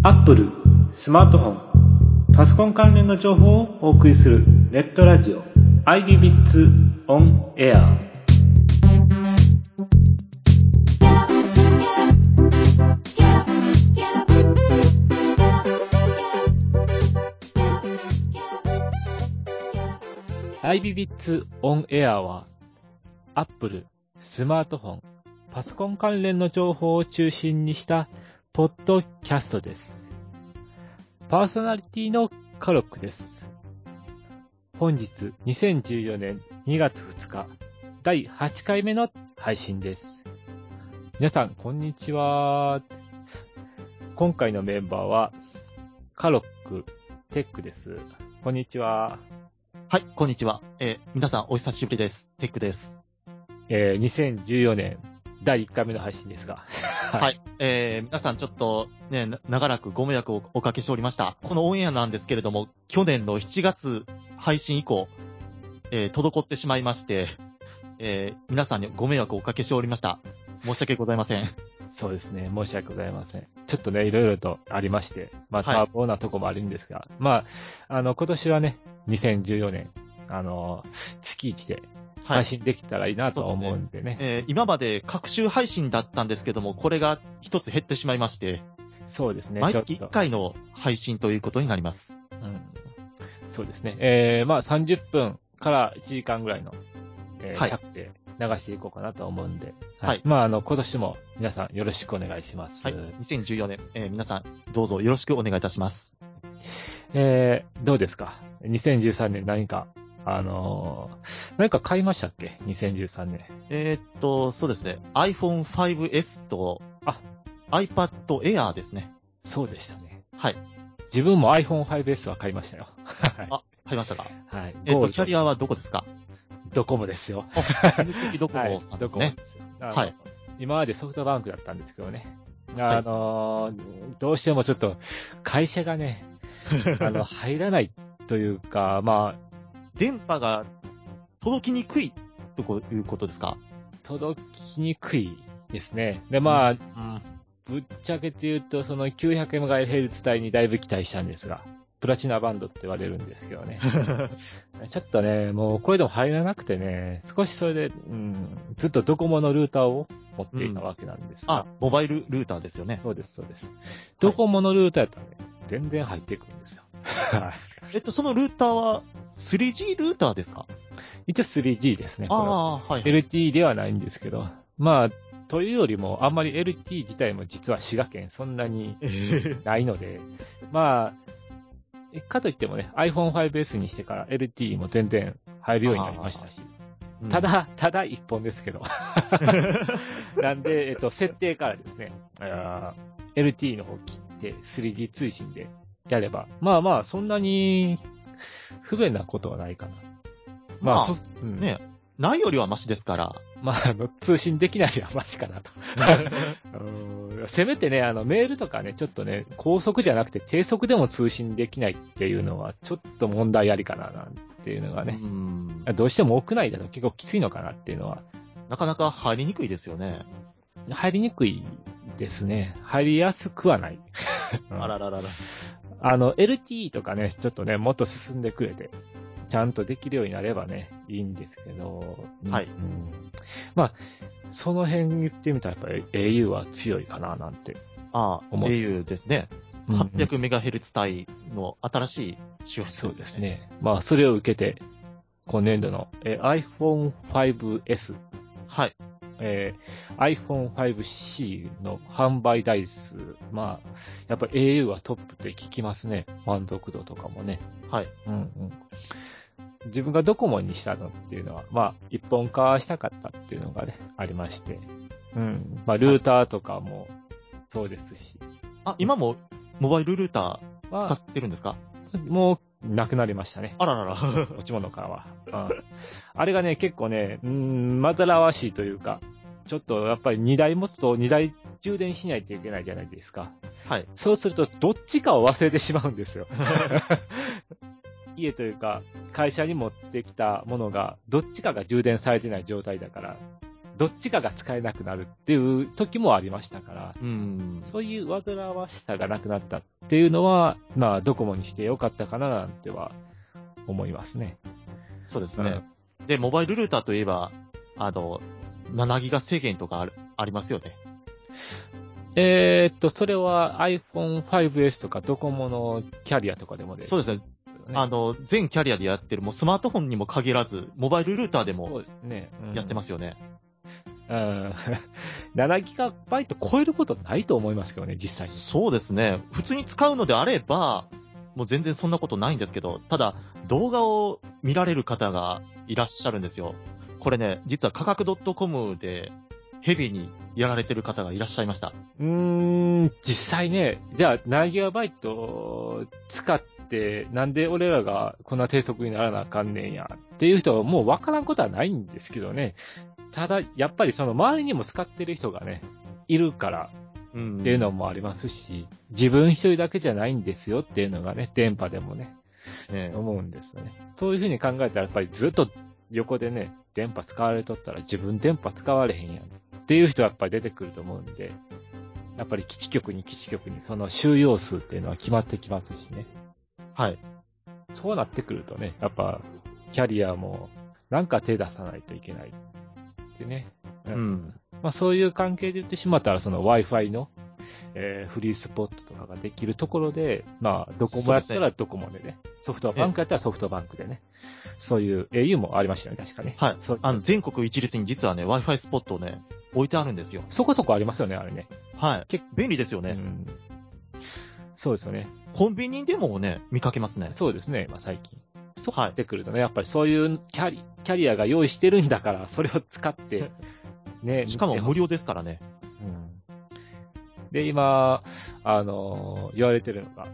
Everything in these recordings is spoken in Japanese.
Apple スマートフォン、パソコン関連の情報をお送りするネットラジオ iBits on Air。iBits on Air は Apple スマートフォン、パソコン関連の情報を中心にしたポッドキャストです。パーソナリティのカロックです。本日2014年2月2日第8回目の配信です。皆さんこんにちは。今回のメンバーはカロック、テックです。こんにちは。 はい、こんにちは。皆さんお久しぶりです。テックです。 2014年第1回目の配信ですが。 はい。皆さんちょっとね、長らくご迷惑をおかけしておりました。このオンエアなんですけれども、去年の7月配信以降、滞ってしまいまして、皆さんにご迷惑をおかけしておりました。申し訳ございません。 そうですね。申し訳ございません。ちょっとね、いろいろとありまして、まあ、多忙なとこもあるんですが、まあ、今年はね、2014年、月1で配信できたらいいなと思うんでね。 そうですね。今まで各週配信だったんですけども、これが一つ減ってしまいまして、 そうですね。 毎月1回の配信ということになります。 うん、そうですね。まあ、30分から1時間ぐらいの、尺で流していこうかなと思うんで、はい。まあ、今年も皆さんよろしくお願いします。 はい。2014年、皆さんどうぞよろしくお願いいたします。 どうですか ?2013 年何か、何か買いましたっけ ?2013 年。 そうですね。iPhone 5S と、iPad Air ですね。 そうでしたね。 はい。 自分も iPhone 5S は買いましたよ。 買いましたか。 はい。 キャリアはどこですか？ ドコモですよ。 水的ドコモさんですね。 はい。今までソフトバンクだったんですけどね。どうしてもちょっと会社がね、入らないというか、まあ、 電波が届きにくいということですか？ 届きにくいですね。で、まあ、ぶっちゃけて言うと、その 900MHz 帯にだいぶ期待したんですが、プラチナバンドって言われるんですけどね。ちょっとね、もうこれでも入らなくてね、少しそれで、ずっとドコモのルーターを持っていたわけなんですが。 モバイルルーターですよね。 そうです、そうです。ドコモのルーターやったらね、全然入ってくるんですよ。 そのルーターは 3G ルーターですか？ 一応 3G ですね。 はい。 LTE ではないんですけど、まあ、というよりも、あんまり LTE 自体も実は滋賀県そんなにないので、まあ、かといってもね、iPhone 5S にしてから LTE も全然入るようになりましたし、ただ一本ですけど。なんで、設定からですね、LTE の方切って 3G 通信でやれば、まあまあ、そんなに不便なことはないかな。 まあ、ね、ないよりはマシですから。 まあ、通信できないよりはマシかなと。せめてね、メールとかね、ちょっとね、高速じゃなくて低速でも通信できないっていうのは、ちょっと問題ありかな、なんていうのがね。どうしても屋内だと結構きついのかなっていうのは。 なかなか入りにくいですよね。 入りにくいですね。入りやすくはない。 あらららら。 LTE とかね、ちょっとね、もっと進んでくれて、ちゃんとできるようになればね、いいんですけど。 はい。 まあ、その辺言ってみたらやっぱり au は強いかななんて思う。 au ですね。800MHz 帯の新しい周波数ですね。 そうですね。まあ、それを受けて、今年度の、iPhone 5S。 はい。 iPhone 5C の販売台数。まあ、やっぱり au はトップって聞きますね。満足度とかもね。 はい。 自分がドコモにしたのっていうのは、まあ、一本化したかったっていうのがね、ありまして。まあ、ルーターとかもそうですし。 今もモバイルルーター使ってるんですか？ もう、なくなりましたね。 あららら。 持ち物からは。あれがね、結構ね、煩わしいというか、ちょっとやっぱり2台持つと2台充電しないといけないじゃないですか。 はい。 そうすると、どっちかを忘れてしまうんですよ。家というか、会社に持ってきたものが、どっちかが充電されてない状態だから、どっちかが使えなくなるっていう時もありましたから、そういう煩わしさがなくなったっっていうのは、まあ、ドコモにしてよかったかななんては思いますね。 そうですね。で、モバイルルーターといえば、7ギガ制限とかありますよね。 それは iPhone 5S とかドコモのキャリアとかでもそうですね。 ね。 全キャリアでやってる、もうスマートフォンにも限らず、モバイルルーターでそもうですね。 やってますよね。 7ギガバイト超えることないと思いますけどね、実際に。 そうですね。普通に使うのであれば、もう全然そんなことないんですけど、ただ、動画を見られる方がいらっしゃるんですよ。これね、実は価格 .com でヘビーにやられてる方がいらっしゃいました。 実際ね、じゃあ7ギガバイト使って、なんで俺らがこんな低速にならなあかんねんやっていう人はもうわからんことはないんですけどね。ただ、やっぱりその周りにも使ってる人がね、いるからっていうのもありますし、自分一人だけじゃないんですよっていうのがね、電波でもね、思うんですよね。そういうふうに考えたらやっぱりずっと横でね、電波使われとったら自分電波使われへんやんっていう人はやっぱり出てくると思うんで、やっぱり基地局にその収容数っていうのは決まってきますしね。 はい。 そうなってくるとね、やっぱキャリアもなんか手出さないといけないってね。まあそういう関係で言ってしまったらその Wi-Fi の、フリースポットとかができるところで、まあドコモやったらドコモでね、ソフトバンクやったらソフトバンクでね、そういう au もありましたよね、確かね。 はい。全国一律に実はね、Wi-Fi スポットをね、置いてあるんですよ。 そこそこありますよね、あれね。 はい。便利ですよね。 そうですよね。 コンビニでもね、見かけますね。 そうですね、まあ最近。そうなってくるとね、やっぱりそういうキャリアが用意してるんだから、それを使って、ね。 しかも無料ですからね。 で、今、言われてるのが、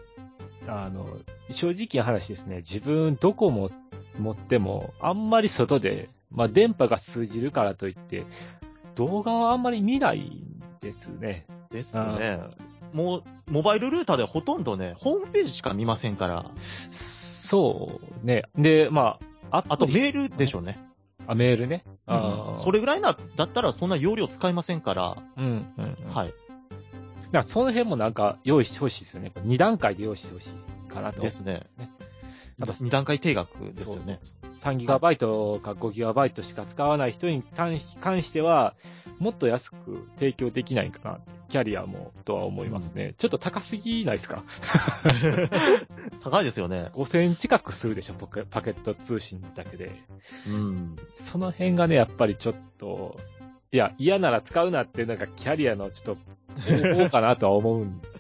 正直な話ですね、自分どこも持っても、あんまり外で、まあ電波が通じるからといって、動画はあんまり見ないんですね。 ですね。もう、モバイルルーターでほとんどね、ホームページしか見ませんから。 そうね。で、まあ、 あとメールでしょうね。 メールね。 それぐらいだったらそんな容量使いませんから。はい。 だからその辺もなんか用意してほしいですよね。2段階で用意してほしいかなと。 ですね。あと2段階定額ですよね。 3ギガバイトか5ギガバイトしか使わない人に関しては、もっと安く提供できないかな。キャリアもとは思いますね。ちょっと高すぎないですか？ 高いですよね。 5000円近くするでしょ、パケット通信だけで。その辺がね、やっぱりちょっと、いや、嫌なら使うなっていうのがキャリアのちょっと、方法かなとは思うんで。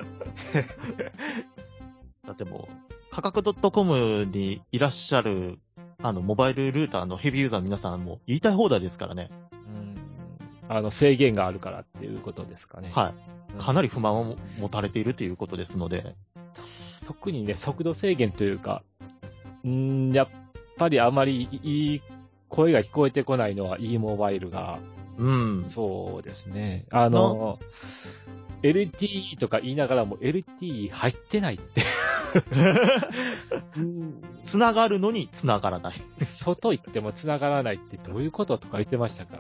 だってもう、価格 .com にいらっしゃる、モバイルルーターのヘビーユーザーの皆さんも言いたい放題ですからね。 制限があるからっていうことですかね。 はい。かなり不満を持たれているということですので。 特にね、速度制限というか、やっぱりあまりいい声が聞こえてこないのは e モバイルが。そうですね。LTE とか言いながらも LTE 入ってないって。 繋がるのに繋がらない。 外行っても繋がらないってどういうこととか言ってましたから。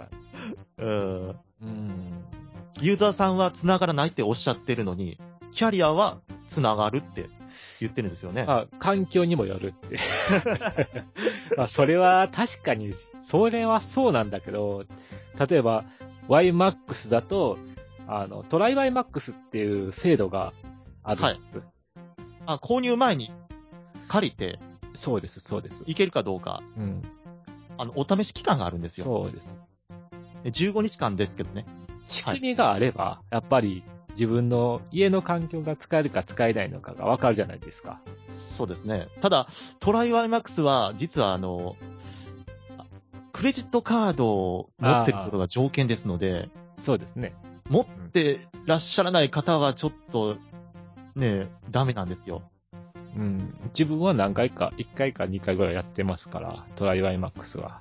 ユーザーさんは繋がらないっておっしゃってるのに、キャリアは繋がるって言ってるんですよね。 環境にもよるって。それは確かに、それはそうなんだけど、例えば YMAX だと、トライ YMAX っていう制度があるんです。 購入前に借りて、 そうです、そうです。 いけるかどうか。お試し期間があるんですよ。 そうです。 15日間ですけどね。 仕組みがあれば、やっぱり自分の家の環境が使えるか使えないのかがわかるじゃないですか。 そうですね。ただ、トライ YMAX は、実はクレジットカードを持ってることが条件ですので、 そうですね。 持ってらっしゃらない方はちょっと、ね、ダメなんですよ。 自分は何回か、1回か2回ぐらいやってますから、トライ YMAX は。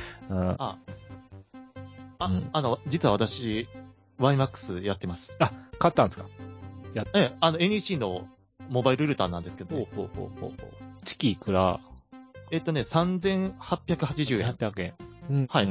実は私、YMAX やってます。 買ったんですか？ NEC のモバイルルーターなんですけど、 月いくら ？3880円。 800円。 はい。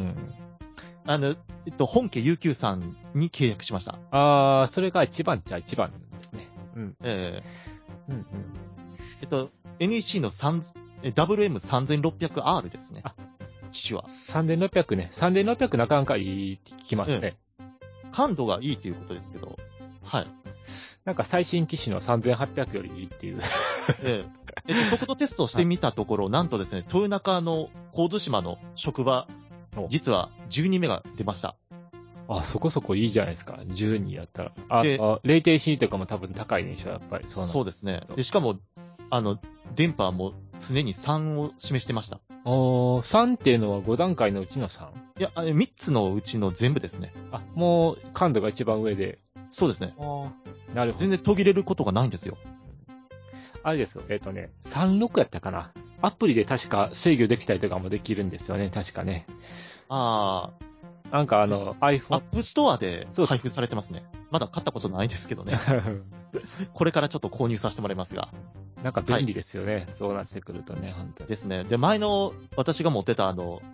本家 UQ さんに契約しました。 それが一番ですね。 うんうん。 NEC のWM3600R ですね。機種は。 3600ね。3600なかなかいいって聞きますね。 感度がいいということですけど。はい。 なんか最新機種の3800よりいいっていう。 速度テストをしてみたところ、なんとですね、豊中の神津島の職場、実は12メガ出ました。 あ、そこそこいいじゃないですか。12やったら。 でレイテンシーとかも多分高いでしょ、やっぱり。 そうですね。で、しかも、電波も常に3を示してました。 3っていうのは5段階のうちの 3？ いや、3つのうちの全部ですね。 あ、もう感度が一番上で。 そうですね。 なるほど。 全然途切れることがないんですよ。 あれですよ。36やったかな。アプリで確か制御できたりとかもできるんですよね、確かね。なんかiPhone。 アップストアで配布されてますね。まだ買ったことないですけどね。これからちょっと購入させてもらいますが。 なんか便利ですよね。はい、そうなってくるとね、本当に。 ですね。で、前の私が持ってた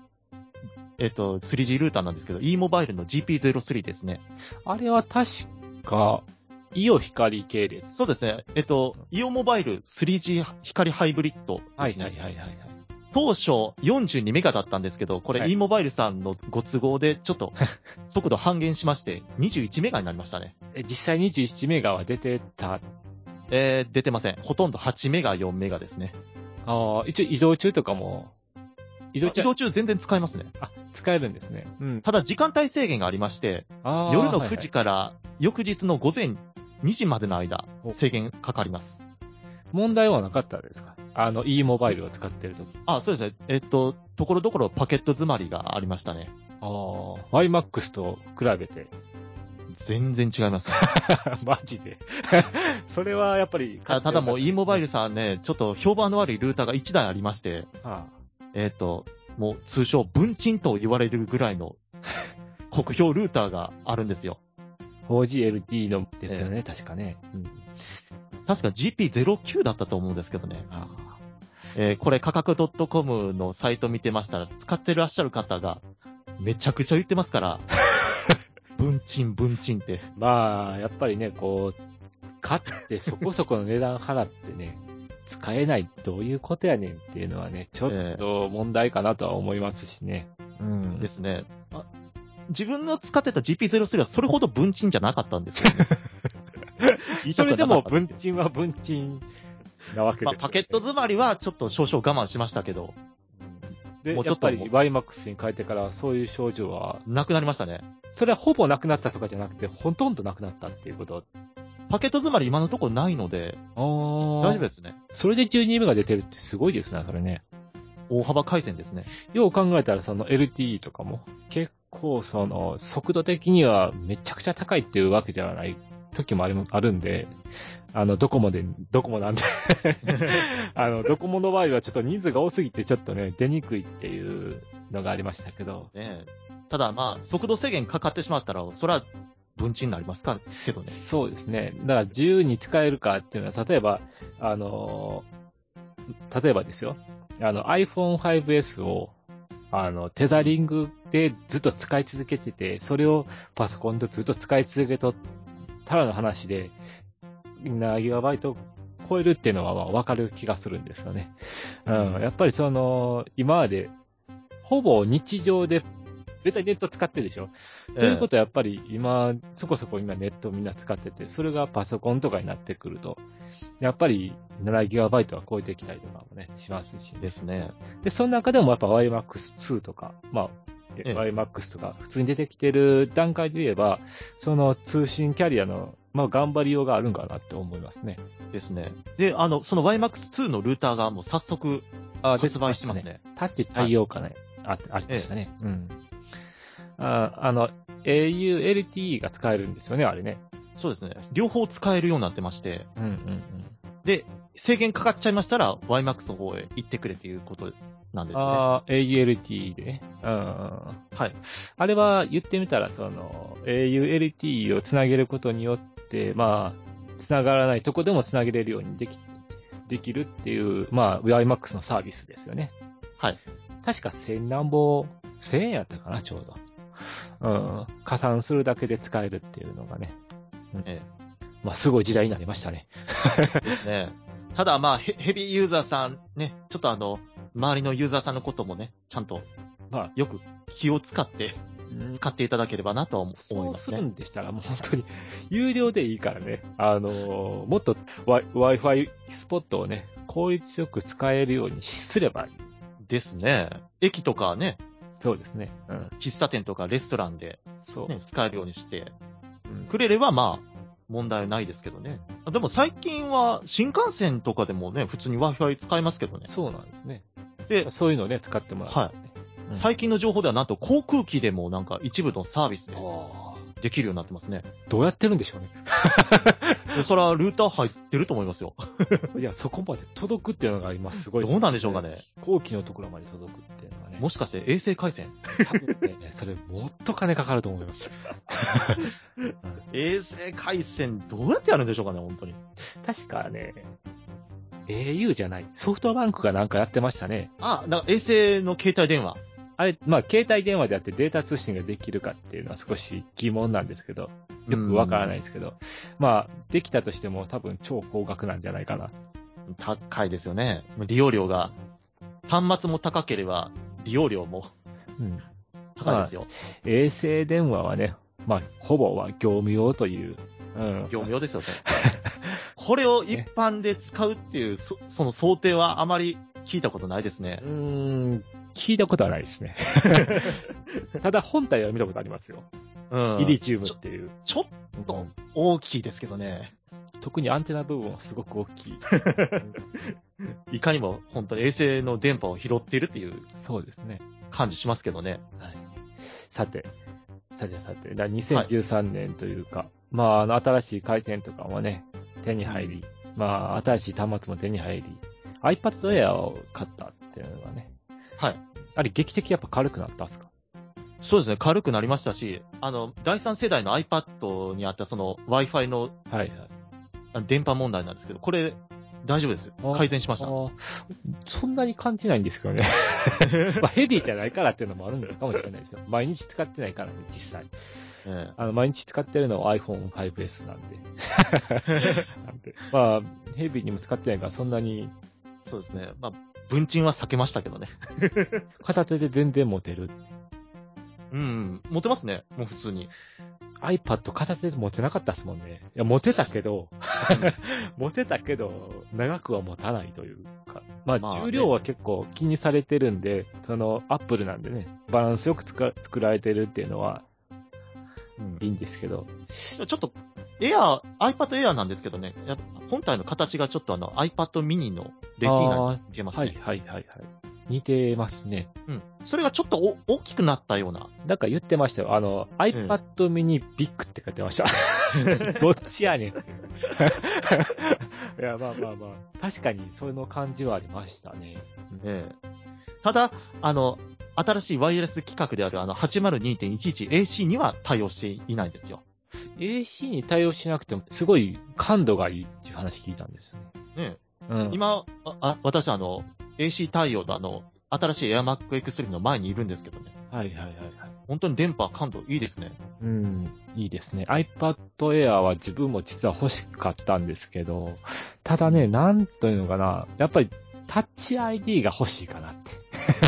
3G ルーターなんですけど、e モバイルの GP03 ですね。 あれは確か、イオ光系列。 そうですね。イオモバイル 3G 光ハイブリッドですね。 はい。 当初42メガだったんですけど、これ e モバイルさんのご都合でちょっと速度半減しまして21メガになりましたね。 実際21メガは出てた？ 出てません。ほとんど8メガ、4メガですね。 一応移動中とかも、 移動中全然使えますね。 使えるんですね。うん。 ただ時間帯制限がありまして、夜の9時から翌日の午前2時までの間、制限かかります。 問題はなかったですか？e モバイルを使ってるとき。 そうですね。ところどころパケット詰まりがありましたね。 YMAX と比べて。 全然違いますね。 マジで。それはやっぱり、 ただもう e モバイルさんね、ちょっと評判の悪いルーターが1台ありまして、もう通称文鎮と言われるぐらいの酷評ルーターがあるんですよ。 4GLT のですよね、確かね。 確か GP09 だったと思うんですけどね。これ価格 .com のサイト見てましたら、使ってらっしゃる方がめちゃくちゃ言ってますから、文鎮って。 まあ、やっぱりね、買ってそこそこの値段払ってね、使えないどういうことやねんっていうのはね、ちょっと問題かなとは思いますしね。 ですね。自分の使ってた GP03 はそれほど文鎮じゃなかったんですよね。 それでも文鎮は文鎮なわけですよね。 パケット詰まりはちょっと少々我慢しましたけど。 で、もうちょっとやっぱり YMAX に変えてからそういう症状はなくなりましたね。 それはほぼなくなったとかじゃなくて、ほとんどなくなったっていうこと。 パケット詰まり今のところないので、大丈夫ですね。 それで12メガ出てるってすごいですね、それね。 大幅改善ですね。 よう考えたらLTE とかも結構速度的にはめちゃくちゃ高いっていうわけじゃない時もあるんで、ドコモなんでドコモの場合はちょっと人数が多すぎてちょっとね、出にくいっていうのがありましたけど。 ただ速度制限かかってしまったら、それは文鎮になりますかけどね。 そうですね。だから自由に使えるかっていうのは、例えばですよ。iPhone 5S を、テザリングでずっと使い続けてて、それをパソコンでずっと使い続けとったらの話で、7ギガバイト超えるっていうのはわかる気がするんですよね。やっぱり今まで、ほぼ日常で、絶対ネット使ってるでしょ、ということはやっぱりそこそこ今ネットみんな使ってて、それがパソコンとかになってくると、やっぱり7ギガバイトは超えてきたりとかもね、しますし。 ですね。 で、その中でもやっぱ YMAX2 とか、YMAX とか普通に出てきてる段階で言えば、その通信キャリアの、頑張りようがあるんかなって思いますね。 ですね。で、その YMAX2 のルーターがもう早速発売してますね。 タッチ対応かね。ありましたね。au LTE が使えるんですよね、あれね。 そうですね。両方使えるようになってまして。で、制限かかっちゃいましたら、YMAX の方へ行ってくれっていうことなんですよね。 au LTE でね。はい。あれは言ってみたら、au LTE をつなげることによって、つながらないとこでもつなげれるようにできるっていう、YMAX のサービスですよね。 はい。 確か1000円やったかな、ちょうど。加算するだけで使えるっていうのがね。 まあ、すごい時代になりましたね。 ですね。ただまあ、ヘビーユーザーさんね、ちょっと周りのユーザーさんのこともね、ちゃんとまあ、 よく気を使って使っていただければなと思いそうすますね。 るんでしたら、もう本当に有料でいいからね、もっと Wi-Fi スポットをね、効率よく使えるようにすればいい。 ですね。駅とかね、 そうですね。うん。 喫茶店とかレストランで、 そう。 ね、使えるようにしてうんくれればまあ、問題ないですけどね。でも最近は新幹線とかでもね、普通に Wi-Fi 使えますけどね。 そうなんですね。 で、 そういうのをね、使ってもらう、ね。 はい。 うん最近の情報ではなんと航空機でもなんか一部のサービスでああ。 できるようになってますね。 どうやってるんでしょうね。 でそれはルーター入ってると思いますよ。 いや、そこまで届くっていうのが今すごい。 どうなんでしょうかね。 飛行機のところまで届くっていうのはね。 もしかして衛星回線多分ね、それもっと金かかると思います。 衛星回線どうやってやるんでしょうかね、本当に。 確かね、au じゃない、ソフトバンクがなんかやってましたね。 あ、なんか衛星の携帯電話。 あれ、まあ、携帯電話であってデータ通信ができるかっていうのは少し疑問なんですけど、よくわからないですけど、まあ、できたとしても多分超高額なんじゃないかな。 高いですよね。利用料が、端末も高ければ利用料もうん。 高いですよ。 衛星電話はね、まあ、ほぼは業務用という。うん。 業務用ですよね。これを一般で使うっていう、その想定はあまり聞いたことないですね。 聞いたことはないですね。ただ本体は見たことありますよ。 うん。 イリチウムっていう。 ちょっと大きいですけどね。 特にアンテナ部分はすごく大きい。 いかにも本当に衛星の電波を拾っているっていうそうですね。 感じしますけどね。 はい。さて。2013年というか、まあ、新しい回線とかもね、手に入り、まあ、新しい端末も手に入り、iPad Air を買ったっていうのがね。 はい。 あれ、劇的やっぱ軽くなったんですか？ そうですね。軽くなりましたし、第3世代の iPad にあったその Wi-Fi のはいはい。 電波問題なんですけど、これ大丈夫です。改善しました。 そんなに感じないんですけどね。まあ、ヘビーじゃないからっていうのもあるのかもしれないですよ。毎日使ってないからね、実際。毎日使ってるのは iPhone5S なんで。まあ、ヘビーにも使ってないからそんなに。 そうですね。まあ、文鎮は避けましたけどね。 片手で全然持てる。 うん、持てますね。もう普通に。 iPad 片手で持てなかったですもんね。いや、持てたけど、長くは持たないというか。まあ、重量は結構気にされてるんで、Apple なんでね、バランスよく作られてるっていうのは、いいんですけど。 ちょっと、iPad Air なんですけどね、本体の形がちょっとiPad mini のレティーナに似てますね。 はい。似てますね。 うん。それがちょっと大きくなったような。 なんか言ってましたよ。iPad mini Big って書いてました。どっちやねんっていう。いや、まあ。確かに、その感じはありましたね。 ただ、新しいワイヤレス規格である802.11AC には対応していないんですよ。 AC に対応しなくても、すごい感度がいいっていう話聞いたんですね。 うん、 今、私AC 対応の新しい AirMac Extreme の前にいるんですけどね。 はい。 本当に電波感度いいですね。 いいですね。iPad Air は自分も実は欲しかったんですけど、ただね、なんというのかな、やっぱりタッチ ID が欲しいかなって。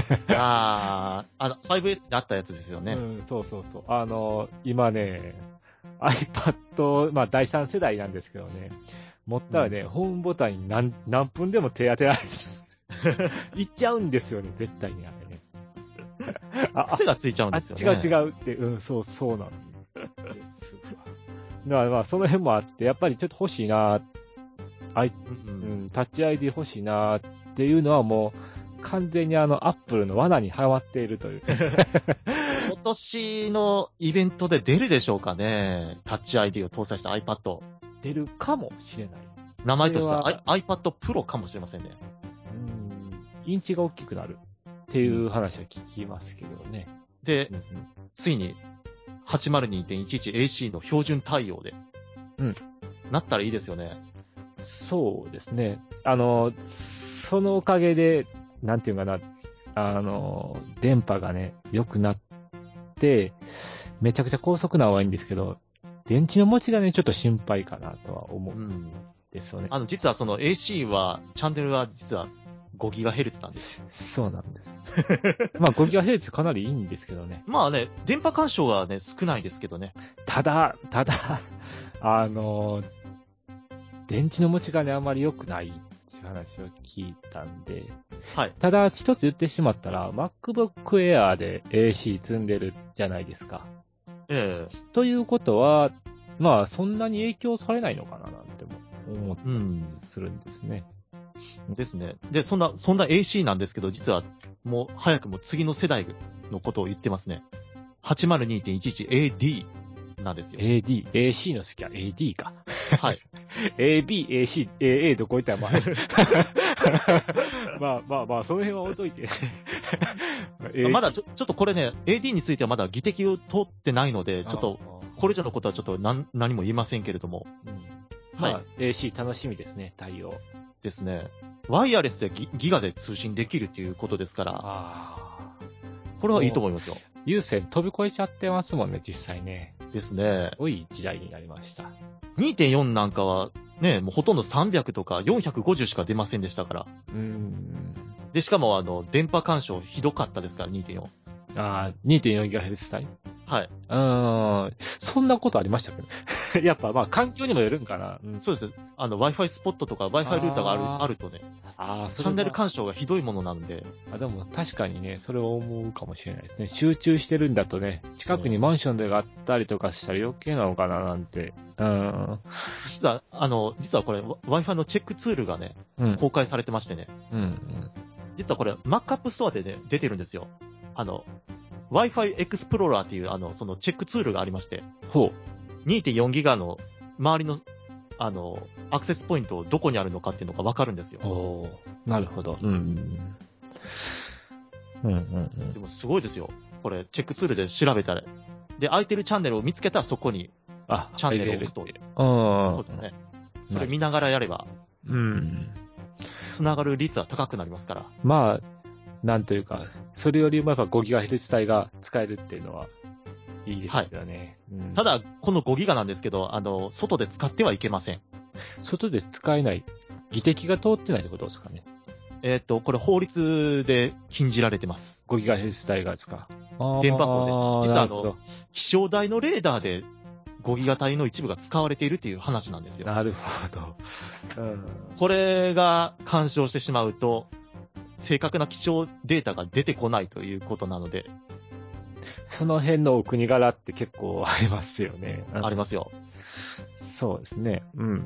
5S にあったやつですよね。 そう。今ね、iPad、まあ第3世代なんですけどね、持ったらね、ホームボタンに何分でも手当てられる。いっちゃうんですよね、絶対にあれね。 癖がついちゃうんですよね。 違うって、そうなんです。だからまあ、その辺もあって、やっぱりちょっと欲しいな、タッチ ID 欲しいなっていうのはもう、完全にApple の罠にはまっているという。 今年のイベントで出るでしょうかね。タッチ ID を搭載した iPad。 出るかもしれない。 名前としては iPad Pro かもしれませんね。 インチが大きくなるっていう話は聞きますけどね。 で、ついに 802.11AC の標準対応で、なったらいいですよね。 そうですね。そのおかげで、なんていうかな、電波がね、良くなって、めちゃくちゃ高速なのはいいんですけど、 電池の持ちがね、ちょっと心配かなとは思うんん。 ですよね。 実はその AC は、チャンネルは実は 5GHz なんですよ。 そうなんです。まあ 5GHz かなりいいんですけどね。 まあね、電波干渉はね、少ないですけどね。 ただ、電池の持ちがね、あまり良くないっていう話を聞いたんで、 はい。 ただ一つ言ってしまったら、MacBook Air で AC 積んでるじゃないですか。 ええということは、まあそんなに影響されないのかななんても思ったりするんですね。 ですね。で、そんな AC なんですけど、実はもう早くも次の世代のことを言ってますね。802.11AD なんですよ。 AD、AC の好きは AD か。 はい。 AB、AC、AA どこ行ったらまあ、まあ、その辺は置いといて。 まだちょっとこれね、AD についてはまだ議的を通ってないので、ちょっと、これ以上のことはちょっと何も言いませんけれども。 まあ、AC 楽しみですね、対応。 ですね。ワイヤレスでギガで通信できるということですから、これはいいと思いますよ。 有線飛び越えちゃってますもんね、実際ね。 ですね。 すごい時代になりました。 2.4 なんかは、ね、もうほとんど300とか450しか出ませんでしたから。で、しかも電波干渉ひどかったですから、2.4。 2.4GHz 帯はい。 そんなことありましたけど。やっぱまあ環境にもよるんかな。 そうです。Wi-Fi スポットとか Wi-Fi ルーターがあるとね、チャンネル干渉がひどいものなので。 でも確かにね、それを思うかもしれないですね。集中してるんだとね、近くにマンションでがあったりとかしたら余計なのかななんて。 実はこれ Wi-Fi のチェックツールがね、公開されてましてね。実はこれ Mac App Store でね、出てるんですよ。Wi-Fi Explorer っていうそのチェックツールがありまして。2.4 ギガの周りの、アクセスポイントどこにあるのかっていうのがわかるんですよ。 なるほど。 でもすごいですよ。これ、チェックツールで調べたら。で、空いてるチャンネルを見つけたらそこに、チャンネルを置くと。そうですね。それ見ながらやれば、つながる率は高くなりますから。 まあ、なんというか、それよりもやっぱ 5GHz 帯が使えるっていうのは、いいですよね。 ただ、この5ギガなんですけど、外で使ってはいけません。 外で使えない、議的が通ってないってことですかね。 これ法律で禁じられてます。 5GHz 帯がですか。 電波法で。実は気象台のレーダーで5ギガ帯の一部が使われているという話なんですよ。 なるほど。 これが干渉してしまうと、正確な気象データが出てこないということなので。 その辺のお国柄って結構ありますよね。 ありますよ。 そうですね。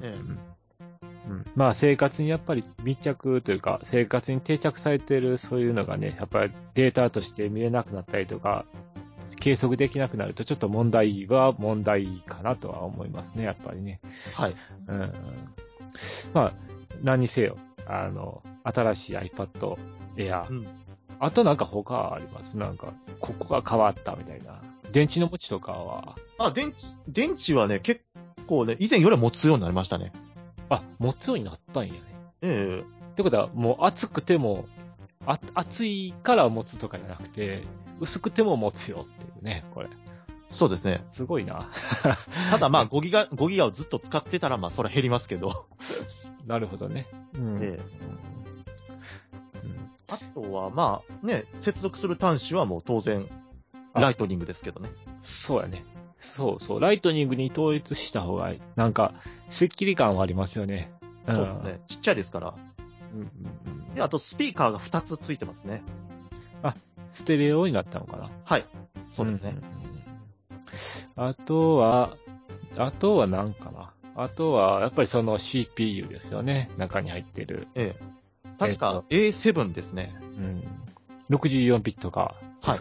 まあ生活にやっぱり密着というか、生活に定着されているそういうのがね、やっぱりデータとして見れなくなったりとか、計測できなくなるとちょっと問題は問題かなとは思いますね、やっぱりね。 はい。 まあ、何にせよ、新しい iPad Air。あとなんか他あります？なんか、ここが変わったみたいな。電池の持ちとかは。 電池はね、結構ね、以前よりは持つようになりましたね。 持つようになったんやね。ってことは、もう熱くても、熱いから持つとかじゃなくて、薄くても持つよっていうね、これ。 そうですね。 すごいな。 ただまあ5ギガをずっと使ってたらまあそれは減りますけど。 なるほどね。 あとはまあね、接続する端子はもう当然、ライトニングですけどね。 そうやね。そう。ライトニングに統一した方が、なんか、スッキリ感はありますよね。 そうですね。ちっちゃいですから。で、あとスピーカーが2つついてますね。 ステレオになったのかな？ はい。そうですね。 あとは何かな？あとは、やっぱりその CPU ですよね。中に入ってる。 確か A7 ですね。 64ビットか。 はい。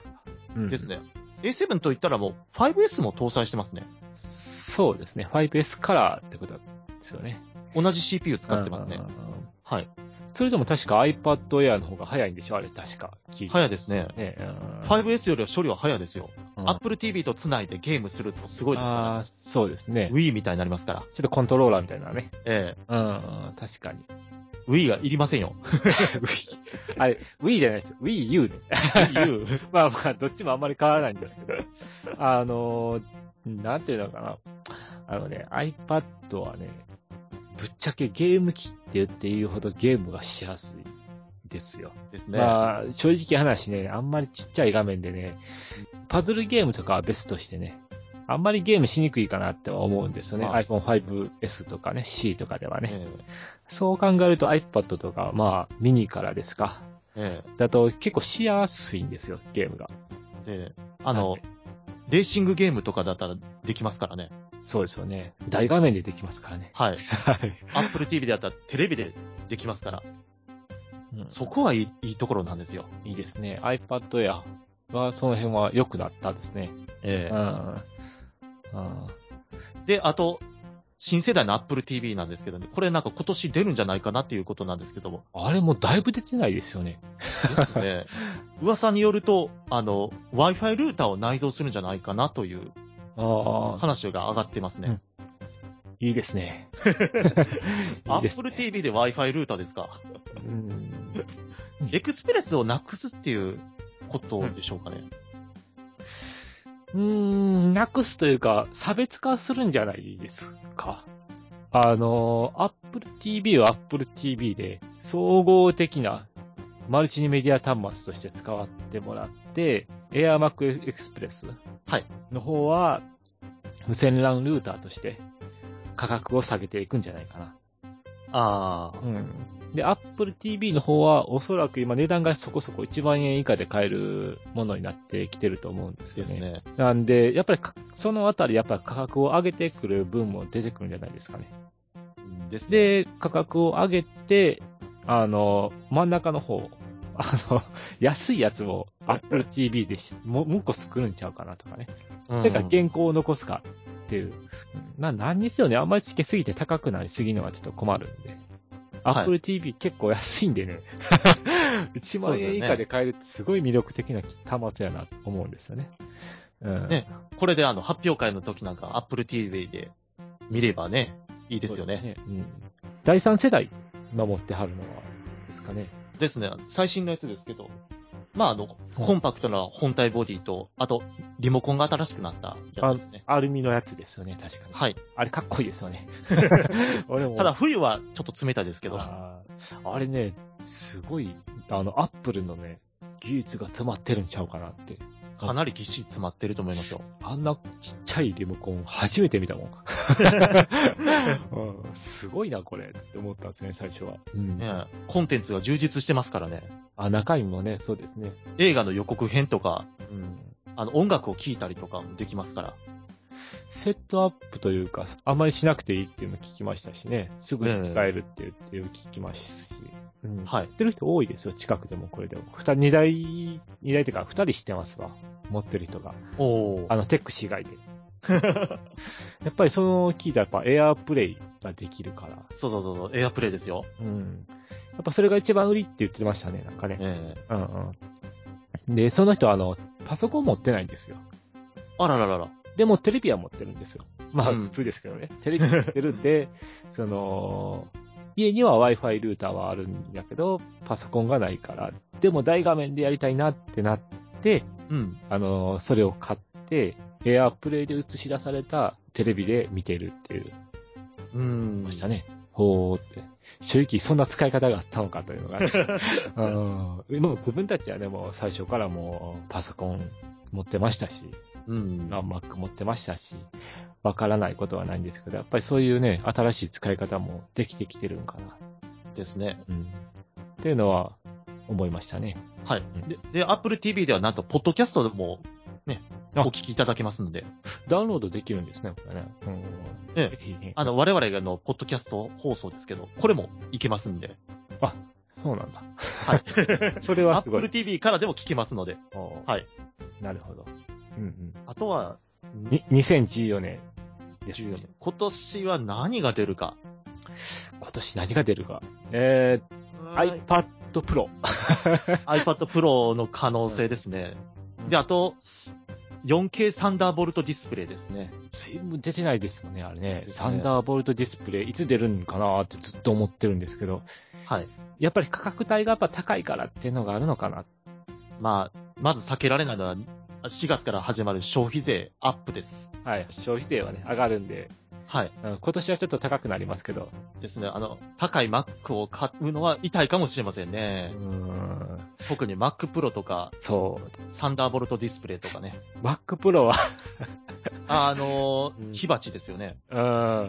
ですね。A7 といったらもう 5S も搭載してますね。 そうですね。5S カラーってことですよね。 同じ CPU 使ってますね。はい。 それでも確か iPad Air の方が早いんでしょ？あれ確か。 早いですね。5S よりは処理は早いですよ。Apple TV と繋いでゲームするとすごいですからね。 そうですね。 Wii みたいになりますから。ちょっとコントローラーみたいなね。確かに。 Wii がいりませんよ。 あれ、Wii じゃないですよ。Wii U ね。Wii U。まあ、どっちもあんまり変わらないんですけど。なんていうのかな。 iPad はね、ぶっちゃけゲーム機って言っていうほどゲームがしやすいですよ。 ですね。 まあ、正直話ね、あんまりちっちゃい画面でね、パズルゲームとかは別としてね、あんまりゲームしにくいかなって思うんですよね。 まあ iPhone 5S とかね、C とかではね。 えそう考えると iPad とか、まあ、ミニからですか。 えだと結構しやすいんですよ、ゲームが。 で、 はいレーシングゲームとかだったらできますからね。 そうですよね。大画面でできますからね。 はい。 はい。 Apple TV であったらテレビでできますから。 うんそこはいいところなんですよ。 いいですね。iPad Air はその辺は良くなったですね。 えうん。うんで、あと、新世代の Apple TV なんですけどね、これなんか今年出るんじゃないかなっていうことなんですけども。 あれもうだいぶ出てないですよね。 ですね。噂によると、Wi-Fi ルーターを内蔵するんじゃないかなというああ、 話が上がってますね。 いいですね。いいですね Apple TV で Wi-Fi ルーターですか。 うんエクスプレスをなくすっていうことでしょうかね。 なくすというか、差別化するんじゃないですか。Apple TV は Apple TV で、総合的なマルチメディア端末として使ってもらって、AirMac Express はい。 の方は、無線 LAN ルーターとして価格を下げていくんじゃないかな。 ああ、 で、Apple TV の方は、おそらく今値段がそこそこ1万円以下で買えるものになってきてると思うんですよね。 ですね。 なんで、やっぱりそのあたり、やっぱり価格を上げてくる分も出てくるんじゃないですかね。 ですね。 で、価格を上げて、真ん中の方、安いやつも Apple TV でもう一個作るんちゃうかなとかね。それから原稿を残すかっていう。何にせよね、あんまりつけすぎて高くなりすぎるのはちょっと困るんで。 はい Apple TV 結構安いんでね。1万円以下で買えるってすごい魅力的な端末やなと思うんですよね。うん。 ね、これで発表会の時なんか Apple TV で見ればね、いいですよね。 うん。第3世代今持ってはるのはですかね。 ですね。最新のやつですけど。まあ、コンパクトな本体ボディと、あと、リモコンが新しくなったやつですね。 アルミのやつですよね、確かに。 はい。 あれかっこいいですよね。俺も。 ただ、冬はちょっと冷たいですけど。 あれね、すごい、アップルのね、技術が詰まってるんちゃうかなって。 かなりぎっしり詰まってると思いますよ。 あんなちっちゃいリモコン初めて見たもん。すごいな、これって思ったんですね、最初は。 コンテンツが充実してますからね。 中身もね、そうですね。 映画の予告編とか、音楽を聴いたりとかもできますから。 セットアップというか、あんまりしなくていいっていうのを聞きましたしね。すぐに使えるっていう聞きましたし。 はい。 知ってる人多いですよ、近くでもこれでも。二台というか、二人知ってますわ。持ってる人が。テックス以外で。やっぱり聞いたらやっぱエアープレイができるから。 そう、エアプレイですよ。 やっぱそれが一番売りって言ってましたね、なんかね。で、その人はパソコン持ってないんですよ。 あらららら。 でもテレビは持ってるんですよ。まあ普通ですけどね。テレビ持ってるんで、家には Wi-Fi ルーターはあるんだけど、パソコンがないから、でも大画面でやりたいなってなって、それを買って、エアプレイで映し出されたテレビで見てるっていう。ましたね。ほーって。正直そんな使い方があったのかというのが。もう自分たちはね、もう最初からもうパソコン持ってましたし、Mac 持ってましたし、わからないことはないんですけど、やっぱりそういうね、新しい使い方もできてきてるんかな。 ですね。 っていうのは思いましたね。 はい。で、Apple TV ではなんと、ポッドキャストもね、お聞きいただけますので。 ダウンロードできるんですね、これね。 我々のポッドキャスト放送ですけど、これもいけますんで。 あ、そうなんだ。 はい。 それはすごい。 Apple TV からでも聞けますので。はい。 なるほど。 あとは、 2014年ですね。 今年は何が出るか。 今年何が出るか。iPad Pro。 iPad Pro の可能性ですね。で、あと、4K サンダーボルトディスプレイですね。 全部出てないですもんね、あれね。サンダーボルトディスプレイ、いつ出るんかなってずっと思ってるんですけど。 はい。 やっぱり価格帯がやっぱ高いからっていうのがあるのかな。 まず避けられないのは、4月から始まる消費税アップです。 はい。消費税はね、上がるんで。 はい。 今年はちょっと高くなりますけど。 ですね。高い Mac を買うのは痛いかもしれませんね。特に Mac Pro とか、 そう。 サンダーボルトディスプレイとかね。 Mac Pro は火鉢ですよね。 うん。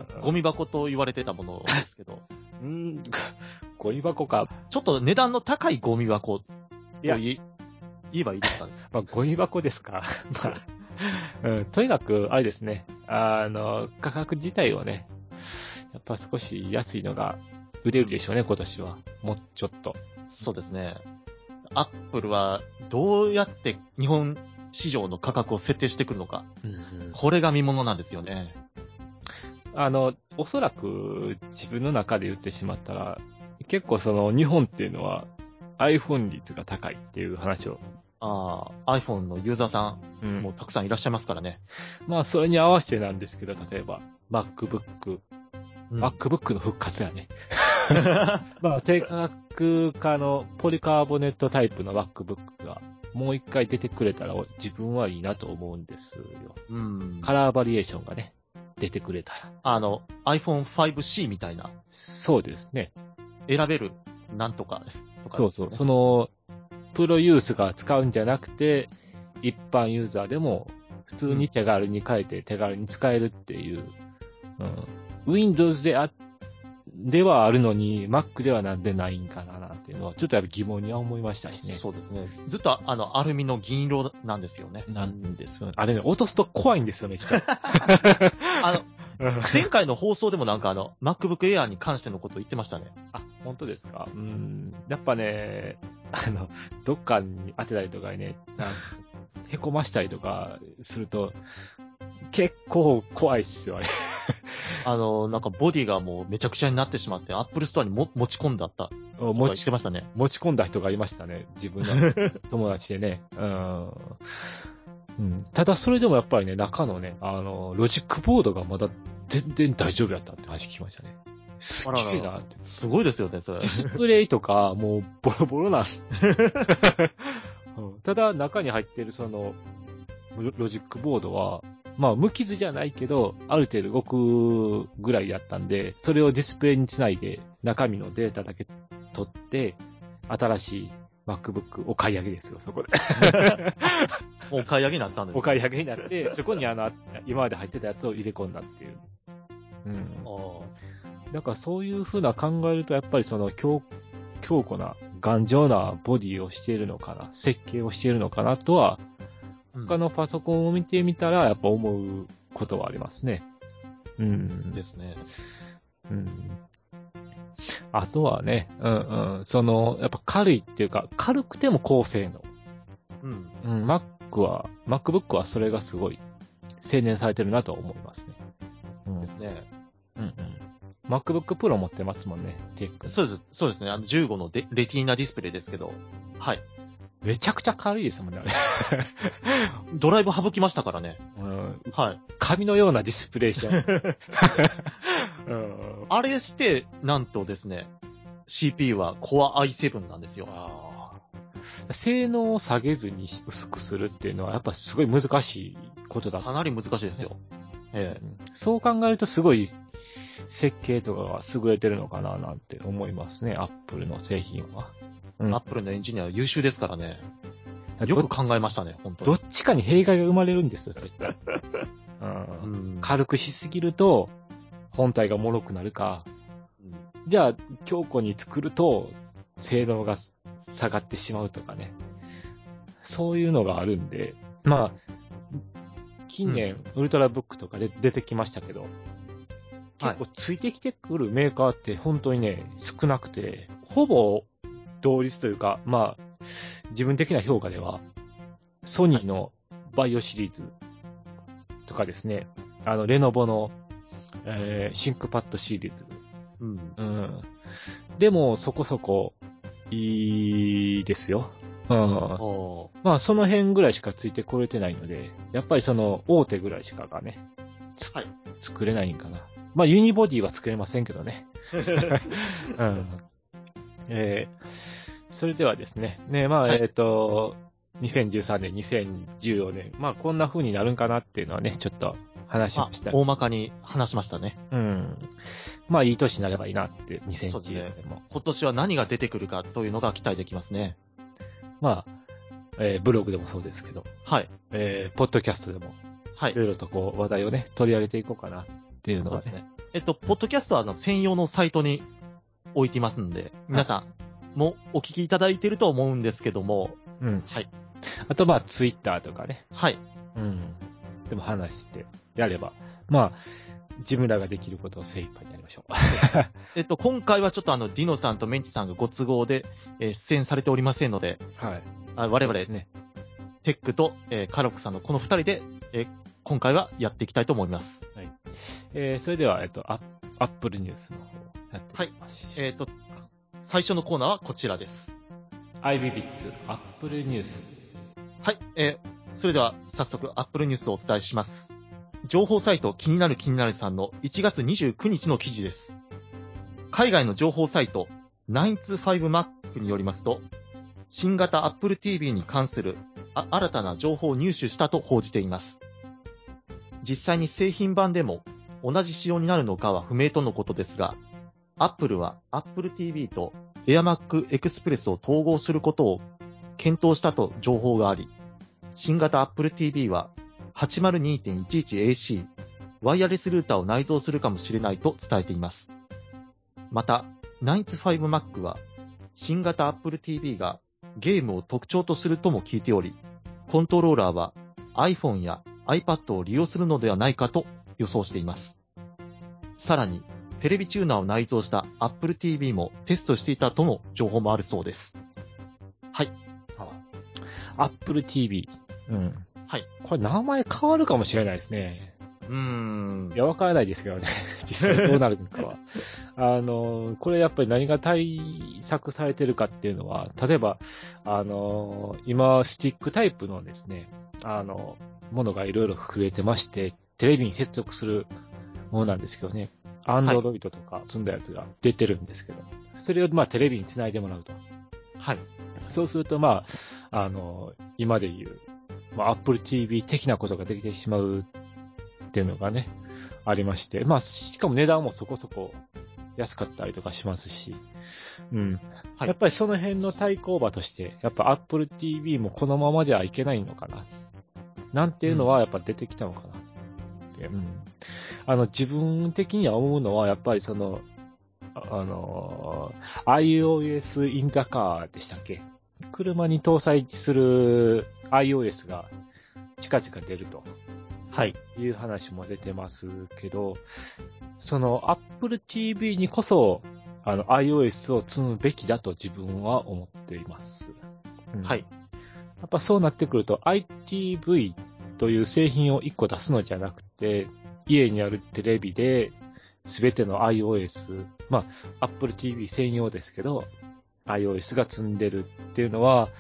ゴミ箱と言われてたものですけど。 ゴミ箱か。 ちょっと値段の高いゴミ箱と言えばいいですかね。 まあ、ゴミ箱ですか。まあ、とにかく、あれですね。価格自体をね、やっぱ少し安いのが売れるでしょうね、今年は。もうちょっと。 そうですね。アップルはどうやって日本市場の価格を設定してくるのか。これが見ものなんですよね。 おそらく自分の中で言ってしまったら、結構日本っていうのは iPhone 率が高いっていう話を。 iPhone のユーザーさんもたくさんいらっしゃいますからね。 まあ、それに合わせてなんですけど、例えば、MacBook の復活やね。まあ、低価格化のポリカーボネットタイプの MacBook がもう一回出てくれたら自分はいいなと思うんですよ。カラーバリエーションがね、出てくれたら。 iPhone 5C みたいな。 そうですね。 選べる、なんとか、ね。 そうそう。プロユースが使うんじゃなくて、一般ユーザーでも普通に手軽に変えて手軽に使えるっていう、Windows ではあるのに Mac ではなんでないんかななんていうのはちょっとやっぱ疑問には思いましたしね。 そうですね。ずっとアルミの銀色なんですよね。 なんですよ。あれね、落とすと怖いんですよ、めっちゃ。 前回の放送でもなんかMacBook Air に関してのことを言ってましたね。 本当ですか？やっぱね、どっかに当てたりとかね、へこましたりとかすると、結構怖いっすよ、あれ。 なんかボディがもうめちゃくちゃになってしまって、Apple Store に持ち込んだった。してましたね。 持ち込んだ人がいましたね。自分の友達でね。ただそれでもやっぱりね、中のね、ロジックボードがまだ全然大丈夫やったって話聞きましたね。すげえなって。 すごいですよね、それ。 ディスプレイとか、もうボロボロなん。ただ中に入ってるロジックボードは、まあ無傷じゃないけど、ある程度動くぐらいやったんで、それをディスプレイにつないで中身のデータだけ取って、新しい MacBook お買い上げですよ、そこで。 お買い上げになったんですお買い上げになって、そこに今まで入ってたやつを入れ込んだっていう。だからそういう風な考えると、やっぱり強固な、頑丈なボディをしているのかな、設計をしているのかなとは、他のパソコンを見てみたら、やっぱ思うことはありますね。 ですね。 あとはね、やっぱ軽いっていうか、軽くても高性能。MacBook はそれがすごい、洗練されてるなと思いますね。 ですね。 MacBook Pro 持ってますもんね、テック。 そうですね。15のレティーナディスプレイですけど。はい。 めちゃくちゃ軽いですもんね、あれ。 ドライブ省きましたからね。はい。 紙のようなディスプレイして。 あれして、なんとですね、CPU は Core i7 なんですよ。 性能を下げずに薄くするっていうのは、やっぱすごい難しいことだ。 かなり難しいですよ。 そう考えるとすごい設計とかが優れてるのかななんて思いますね、Apple の製品は。 Apple のエンジニアは優秀ですからね。よく考えましたね、本当に。 どっちかに弊害が生まれるんですよ、絶対。軽くしすぎると、本体が脆くなるか、じゃあ、強固に作ると、性能が下がってしまうとかね。そういうのがあるんで、まあ、近年、ウルトラブックとかで出てきましたけど、結構ついてきてくるメーカーって本当にね、少なくて、ほぼ同率というか、まあ、自分的な評価では、ソニーのバイオシリーズとかですね、レノボの、シンクパッドシリーズ。でも、そこそこ、いいですよ。まあ、その辺ぐらいしかついてこれてないので、やっぱり大手ぐらいしかがね、作れないんかな。まあ、ユニボディは作れませんけどね。それではですね、まあ、2013年、2014年、まあ、こんな風になるんかなっていうのはね、ちょっと話しました。 大まかに話しましたね。 うん。まあいい年になればいいなって、 そうです 2010 ね年も。 今年は何が出てくるかというのが期待できますね。 まあ、ブログでもそうですけど、 はい。 ポッドキャストでも、 はいいろいろとこう話題をね、取り上げていこうかなっていうのはそうでね。 ポッドキャストは専用のサイトに置いてますんで、皆さんもお聞きいただいていると思うんですけども、 うん。 はい。 あとまあ、ツイッターとかね。 はい。 うん。でも話してやれば、まあ、自分らができることを精一杯にやりましょう。 今回はちょっとディノさんとメンチさんがご都合で、出演されておりませんので、 はい。 我々、 ね。 テックと、カロクさんのこの二人で、今回はやっていきたいと思います。 はい。それでは、アップルニュースの方やっていきましょう。 最初のコーナーはこちらです。 IBBits アップルニュース。 はい。それでは早速アップルニュースをお伝えします。情報サイト気になるさんの1月29日の記事です。海外の情報サイト 9to5Mac によりますと、新型 Apple TV に関する新たな情報を入手したと報じています。実際に製品版でも同じ仕様になるのかは不明とのことですが、Apple は Apple TV と AirMac Express を統合することを検討したと情報があり、新型 Apple TV は 802.11AC ワイヤレスルーターを内蔵するかもしれないと伝えています。また、9to5Mac は新型 Apple TV がゲームを特徴とするとも聞いており、コントローラーは iPhone や iPad を利用するのではないかと予想しています。さらに、テレビチューナーを内蔵した Apple TV もテストしていたとの情報もあるそうです。はい。 Apple TV。うん。 はい。 これ名前変わるかもしれないですね。いや、わからないですけどね。実際どうなるのかは。これやっぱり何が対策されてるかっていうのは、例えば、今、スティックタイプのですね、ものがいろいろ増えてまして、テレビに接続するものなんですけどね。Android とか積んだやつが出てるんですけど、それをまあテレビにつないでもらうと。 はい。 そうするとまあ、今で言う、まあ、Apple TV 的なことができてしまうっていうのがね、ありまして、まあ、しかも値段もそこそこ安かったりとかしますし、うん。 はい、 やっぱりその辺の対抗馬として、やっぱ Apple TV もこのままじゃいけないのかな。なんていうのはやっぱ出てきたのかなって。うん。自分的には思うのは、やっぱりその、iOS in the car でしたっけ？車に搭載する iOS が近々出ると。 はい。 いう話も出てますけど、その Apple TV にこそ、iOS を積むべきだと自分は思っています。うん、 はい。 やっぱそうなってくると ITV という製品を1個出すのじゃなくて、家にあるテレビで全ての iOS、まあ Apple TV 専用ですけど、iOS が積んでるっていうのは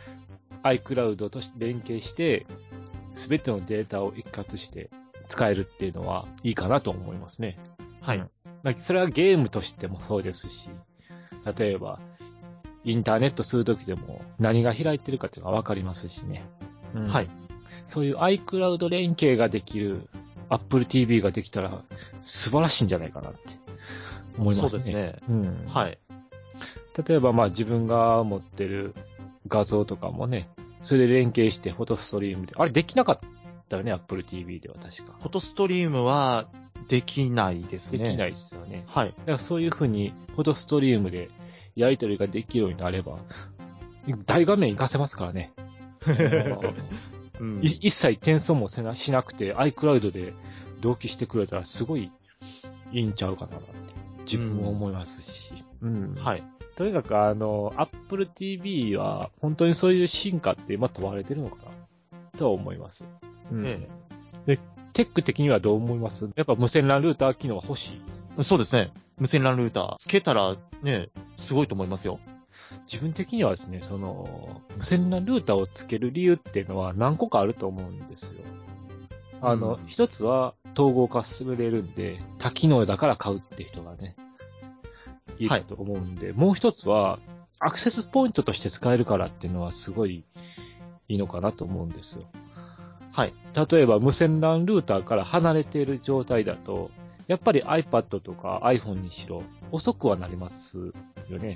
iCloud と連携して全てのデータを一括して使えるっていうのはいいかなと思いますね。 はい。 それはゲームとしてもそうですし、例えば、インターネットするときでも何が開いてるかっていうのがわかりますしね。うん、 はい。 そういう iCloud 連携ができる Apple TV ができたら素晴らしいんじゃないかなって思いますね。 そうですね。 うん、 はい。 例えばまあ自分が持ってる画像とかもね、それで連携してフォトストリームで、あれできなかったよね、Apple TV では確か。 フォトストリームはできないですね。 できないですよね。 はい。 だからそういうふうにフォトストリームでやり取りができるようになれば、大画面活かせますからね。うん、一切転送もしなくて iCloud で同期してくれたらすごいいいんちゃうかなって自分も思いますし。 はい。 とにかくApple TV は本当にそういう進化って今問われてるのかなとは思います。で、テック的にはどう思います？やっぱ無線 LAN ルーター機能は欲しい？ そうですね。無線 LAN ルーターつけたらね、すごいと思いますよ。 自分的にはですね、無線 LAN ルーターをつける理由っていうのは何個かあると思うんですよ。一つは統合化進めれるんで、多機能だから買うって人がね、いると思うんで、もう一つはアクセスポイントとして使えるからっていうのはすごいいいのかなと思うんですよ。 はい。 例えば無線 LAN ルーターから離れている状態だと、やっぱり iPad とか iPhone にしろ遅くはなりますよね。 うん。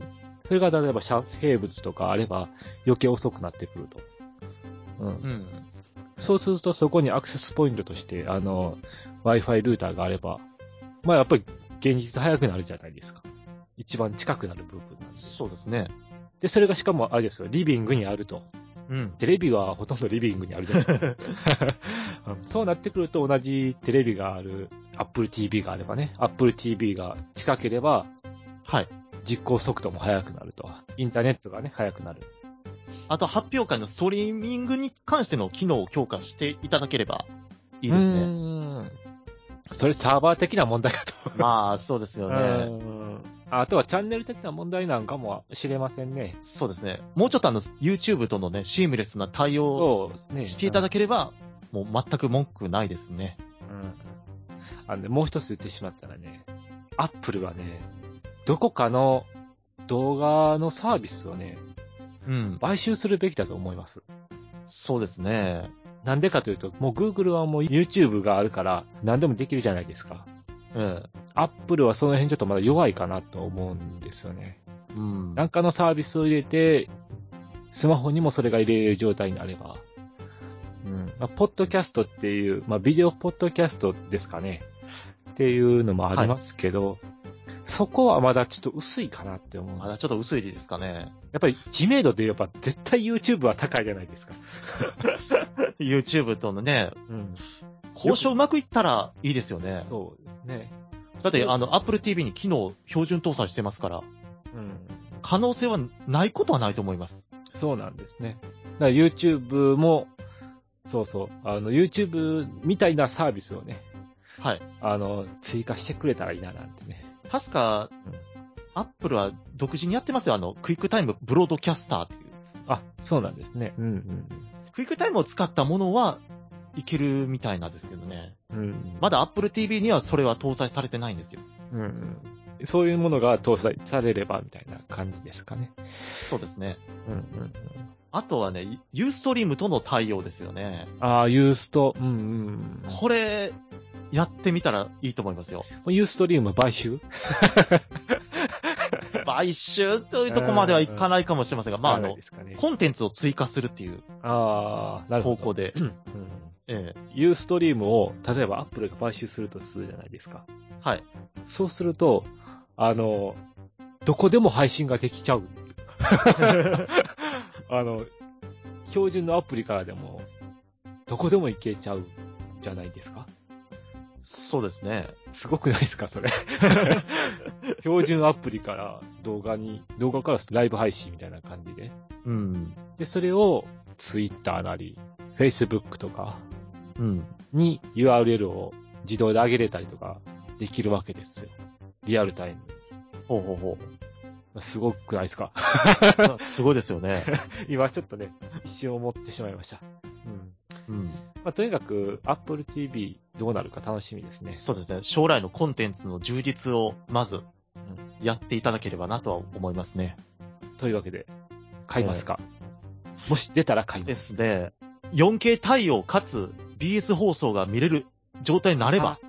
それが例えば生物とかあれば余計遅くなってくると。そうするとそこにアクセスポイントとして、Wi-Fi ルーターがあれば、まあやっぱり現実早くなるじゃないですか。一番近くなる部分なんで。 そうですね。 で、それがしかもあれですよ、リビングにあると。テレビはほとんどリビングにあるじゃないですか。そうなってくると同じテレビがある Apple TV があればね、Apple TV が近ければ、 はい。 実行速度も速くなると。インターネットがね、速くなる。 あと発表会のストリーミングに関しての機能を強化していただければいいですね。 それサーバー的な問題かと。 まあ、そうですよね。 あとはチャンネル的な問題なんかもしれませんね。 そうですね。もうちょっとYouTube とのね、シームレスな対応をしていただければ、もう全く文句ないですね。 もう一つ言ってしまったらね、Apple はね、どこかの動画のサービスをね、買収するべきだと思います。 そうですね。 なんでかというと、もう Google はもう YouTube があるから何でもできるじゃないですか。Apple はその辺ちょっとまだ弱いかなと思うんですよね。なんかのサービスを入れて、スマホにもそれが入れれる状態になれば。ポッドキャストっていう、ビデオポッドキャストですかね。っていうのもありますけど、そこはまだちょっと薄いかなって思う。 まだちょっと薄いですかね。 やっぱり知名度で言えば絶対 YouTube は高いじゃないですか。 YouTube とのね、交渉うまくいったらいいですよね。 そうですね。 だってApple TV に機能標準搭載してますから、可能性はないことはないと思います。 そうなんですね。だから YouTube も、YouTube みたいなサービスをね、追加してくれたらいいななんてね。 確か、Apple は独自にやってますよ。クイックタイムブロードキャスターっていう。 あ、そうなんですね。 クイックタイムを使ったものはいけるみたいなんですけどね。まだ Apple TV にはそれは搭載されてないんですよ。 そういうものが搭載されればみたいな感じですかね。 そうですね。あとはね、ユーストリームとの対応ですよね。 ユースト。 これ、やってみたらいいと思いますよ。 ユーストリーム買収買収というとこまではいかないかもしれませんが、コンテンツを追加するっていう方向で。 ユーストリームを、例えば Apple が買収するとするじゃないですか。 はい。 そうすると、どこでも配信ができちゃう。標準のアプリからでも、どこでも行けちゃうじゃないですか。 そうですね。 すごくないですか、それ。標準アプリから動画からライブ配信みたいな感じで。で、それを Twitter なり、Facebook とかに URL を自動で上げれたりとかできるわけですよ。リアルタイム。すごくないですか。 すごいですよね。 今ちょっとね、一瞬思ってしまいました。とにかく Apple TV どうなるか楽しみですね。 そうですね。将来のコンテンツの充実をまずやっていただければなとは思いますね。 というわけで、買いますか、もし出たら買います。 ですね。4K 対応かつ BS 放送が見れる状態になれば。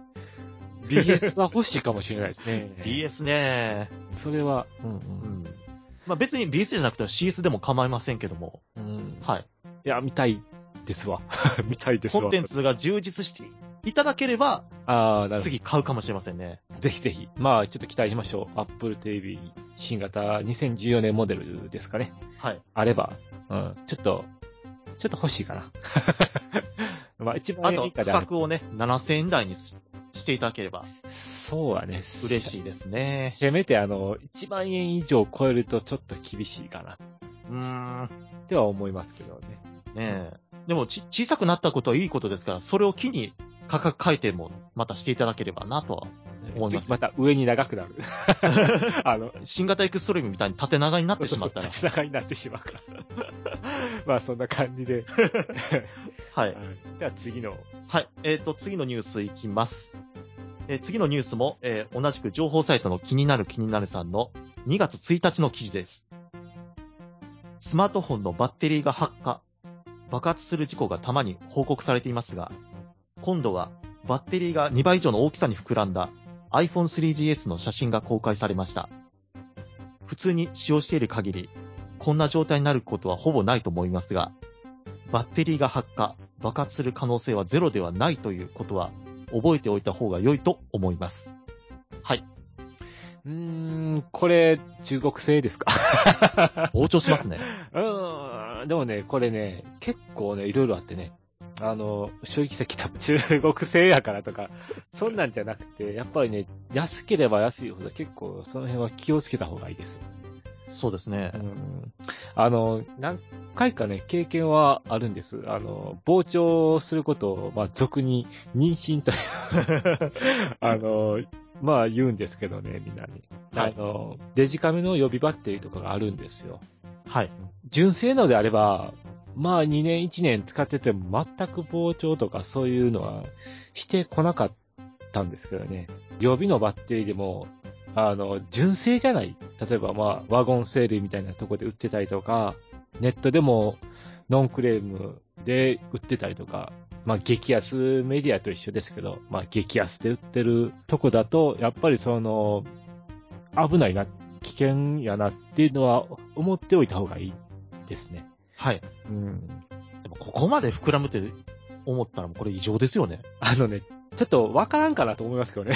BS は欲しいかもしれないですね。 BS ね。 それは、 別に BS じゃなくて CS でも構いませんけども。はい。 いや、見たいですわ。見たいですわ。 コンテンツが充実していただければ、次買うかもしれませんね。 ぜひぜひ。ちょっと期待しましょう。Apple TV 新型2014年モデルですかね。 はい。 あれば、ちょっと欲しいかな。一番あと、価格をね、7000円台にしていただければ。 そうはね。 嬉しいですね。 せめて1万円以上超えるとちょっと厳しいかな。っては思いますけどね。 ねえ。でも小さくなったことはいいことですから、それを機に価格改定もまたしていただければなとは思います。 また上に長くなる。 新型エクストリームみたいに縦長になってしまったら。 縦長になってしまうからそんな感じで。 はい。 では次の。 はい。次のニュースいきます。次のニュースも、同じく情報サイトの気になるさんの2月1日の記事です。スマートフォンのバッテリーが発火。 爆発する事故がたまに報告されていますが、今度はバッテリーが2倍以上の大きさに膨らんだ iPhone 3GS の写真が公開されました。普通に使用している限り、こんな状態になることはほぼないと思いますが、バッテリーが発火、爆発する可能性はゼロではないということは覚えておいた方が良いと思います。はい。 これ、中国製ですか？ 膨張しますね。 でもね、これね、結構ね、いろいろあってね、正直さっき言った中国製やからとか、そんなんじゃなくて、やっぱりね、安ければ安いほど結構その辺は気をつけた方がいいです。 そうですね。 何回かね、経験はあるんです。膨張することを、俗に妊娠という言うんですけどね、みんなに。 はい。 デジカメの予備バッテリーとかがあるんですよ。 はい。 純正のであれば、2年1年使ってても全く膨張とかそういうのはしてこなかったんですけどね。予備のバッテリーでも、純正じゃない。例えばワゴンセールみたいなとこで売ってたりとか、ネットでもノンクレームで売ってたりとか、激安メディアと一緒ですけど、激安で売ってるとこだと、やっぱり危ないな、危険やなっていうのは思っておいた方がいいですね。 はい。でもここまで膨らむって思ったらもうこれ異常ですよね。 ちょっとわからんかなと思いますけどね。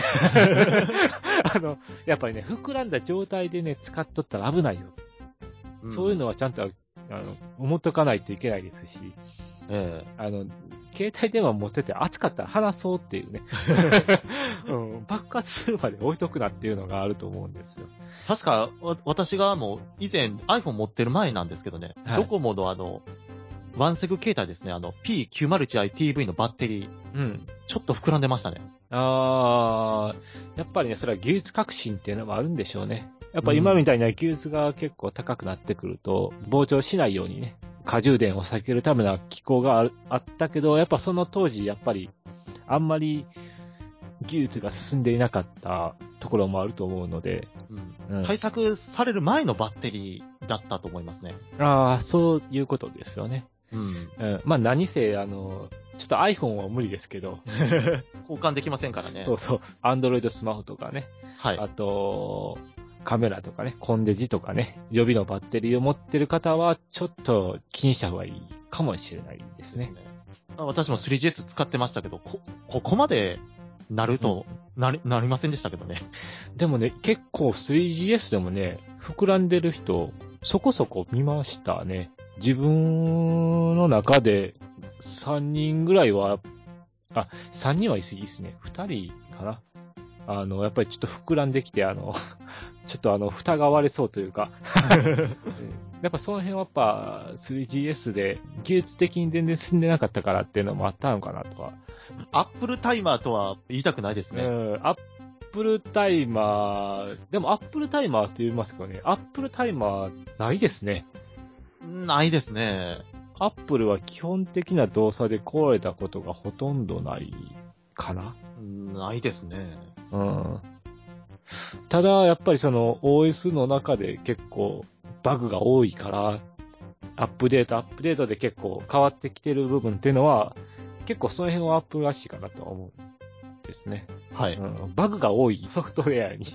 やっぱりね、膨らんだ状態でね、使っとったら危ないよ。そういうのはちゃんと、思っとかないといけないですし、携帯電話持ってて熱かったら離そうっていうね、爆発するまで置いとくなっていうのがあると思うんですよ。 確か、私がもう以前 iPhone 持ってる前なんですけどね、 はい、 ドコモのワンセグ携帯ですね、P901iTV のバッテリー、ちょっと膨らんでましたね。 やっぱりね、それは技術革新っていうのもあるんでしょうね。やっぱ今みたいな技術が結構高くなってくると、膨張しないようにね、過充電を避けるための機構があったけど、やっぱその当時、やっぱり、あんまり技術が進んでいなかったところもあると思うので、 対策される前のバッテリーだったと思いますね。 そういうことですよね。何せ、ちょっと iPhone は無理ですけど。 交換できませんからね。 そうそう。Android スマホとかね。 はい。 あと、カメラとかね、コンデジとかね、予備のバッテリーを持ってる方は、ちょっと気にした方がいいかもしれないですね。 私も 3GS 使ってましたけど、ここまでなると、なりませんでしたけどね。 でもね、結構 3GS でもね、膨らんでる人、そこそこ見ましたね。自分の中で3人ぐらいは、3人は言い過ぎですね。2人かな。やっぱりちょっと膨らんできて、ちょっと蓋が割れそうというか、やっぱその辺はやっぱ 3GS で技術的に全然進んでなかったからっていうのもあったのかなとは。 アップルタイマーとは言いたくないですね。 アップルタイマー、でもアップルタイマーって言いますけどね、アップルタイマーないですね。 ないですね。 アップルは基本的な動作で壊れたことがほとんどないかな。 ないですね。 ただ、やっぱりその OS の中で結構バグが多いから、アップデートで結構変わってきてる部分っていうのは、結構その辺はアップルらしいかなとは思うんですね。 はい。 バグが多いソフトウェアに。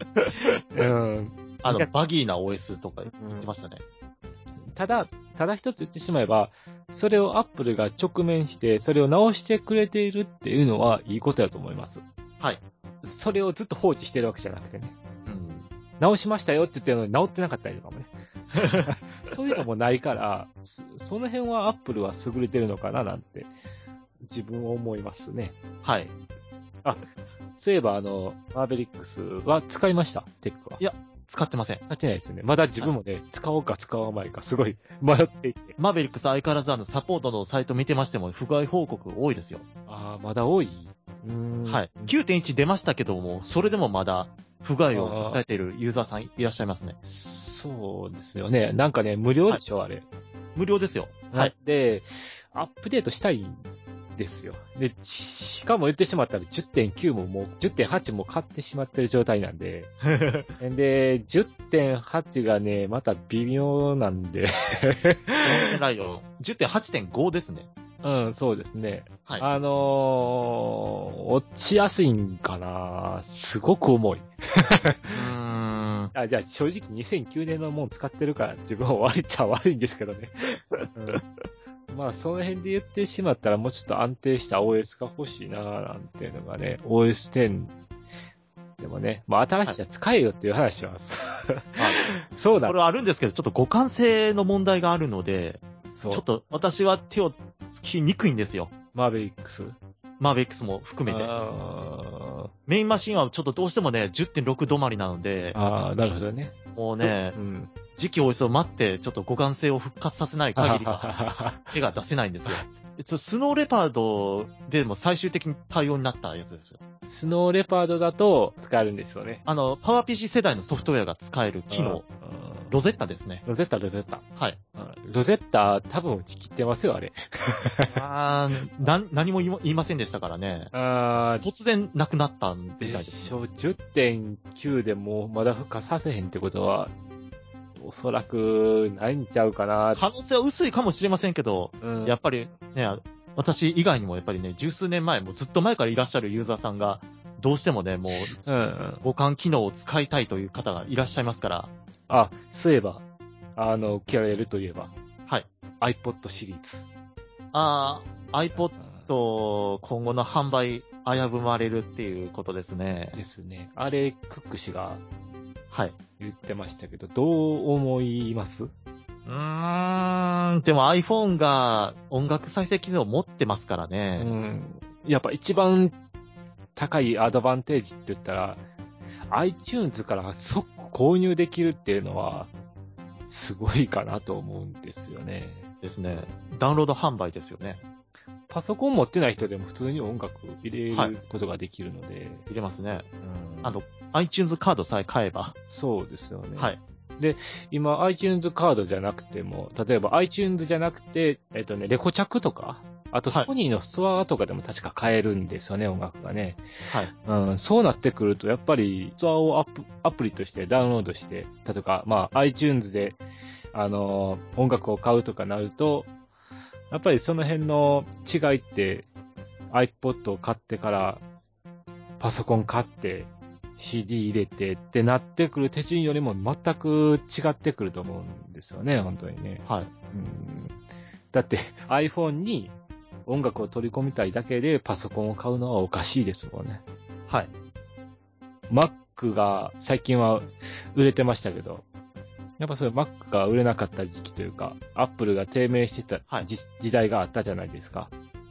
バギーな OS とか言ってましたね。 ただ一つ言ってしまえば、それをアップルが直面して、それを直してくれているっていうのはいいことだと思います。 はい。 それをずっと放置してるわけじゃなくてね。直しましたよって言ってるのに直ってなかったりとかもね。そういうのもないから、その辺はアップルは優れてるのかななんて、自分は思いますね。 はい。 そういえばマーベリックスは使いましたテックは。 いや、使ってません。 使ってないですよね。まだ自分もね、使おうか使わないかすごい迷っていて。 マーベリックス相変わらずサポートのサイト見てましても不具合報告多いですよ。 まだ多い。 はい。9.1 出ましたけども、それでもまだ不具合を訴えているユーザーさんいらっしゃいますね。 そうですよね。無料でしょ、あれ。 無料ですよ。 はい。で、アップデートしたいですよ。で、しかも言ってしまったら 10.9 ももう 10.8 も買ってしまってる状態なんで。で、10.8 がね、また微妙なんで。 ライオン。10.8.5 ですね。 うん、そうですね。 はい。 落ちやすいんかな。すごく重い。じゃあ正直2009年のもん使ってるから自分は悪いっちゃ悪いんですけどね。まあその辺で言ってしまったらもうちょっと安定した OS が欲しいなーなんていうのがね、OS X でもね、まあ新しいやつ使えよっていう話は。そうだ。 それはあるんですけど、ちょっと互換性の問題があるので、ちょっと私は手をつきにくいんですよ。 マーベリックスも含めて。メインマシンはちょっとどうしてもね、10.6 止まりなので。 なるほどね。 もうね、時期を一層待って、ちょっと互換性を復活させない限りは、手が出せないんですよ。スノーレパードでも最終的に対応になったやつですよ。 スノーレパードだと使えるんですよね。 パワー PC 世代のソフトウェアが使える機能。ロゼッタですね。 ロゼッタ。 はい。 ロゼッタ、多分打ち切ってますよ、あれ。 何も言いませんでしたからね。突然なくなったみたいです、 ね。10.9 でもまだ復活させへんってことは、おそらくないんちゃうかな。 可能性は薄いかもしれませんけど、やっぱりね、私以外にもやっぱりね、十数年前、もうずっと前からいらっしゃるユーザーさんが、どうしてもね、もう、互換機能を使いたいという方がいらっしゃいますから。 そういえば、キャラやるといえば。 はい。 iPod シリーズ。 iPod、今後の販売、危ぶまれるっていうことですね。 ですね。あれ、クック氏が、 はい。 言ってましたけど、どう思います？ でも iPhone が音楽再生機能を持ってますからね。 やっぱ一番高いアドバンテージって言ったら、iTunes から即購入できるっていうのは、すごいかなと思うんですよね。 ですね。ダウンロード販売ですよね。 パソコン持ってない人でも普通に音楽入れることができるので。 入れますね。iTunes カードさえ買えば。 そうですよね。 はい。 で、今 iTunes カードじゃなくても、例えば iTunes じゃなくて、レコチャクとか、あとソニーのストアとかでも確か買えるんですよね、音楽がね。 はい。 そうなってくると、やっぱり、ストアをアプリとしてダウンロードして、例えば、iTunes で、音楽を買うとかなると、やっぱりその辺の違いって、iPod を買ってから、パソコン買って、CD 入れてってなってくる手順よりも全く違ってくると思うんですよね、本当にね。 はい。 だって iPhone に音楽を取り込みたいだけでパソコンを買うのはおかしいですもんね。 はい。 Mac が最近は売れてましたけど、やっぱそれ Mac が売れなかった時期というか、Apple が低迷してた、時代があったじゃないですか。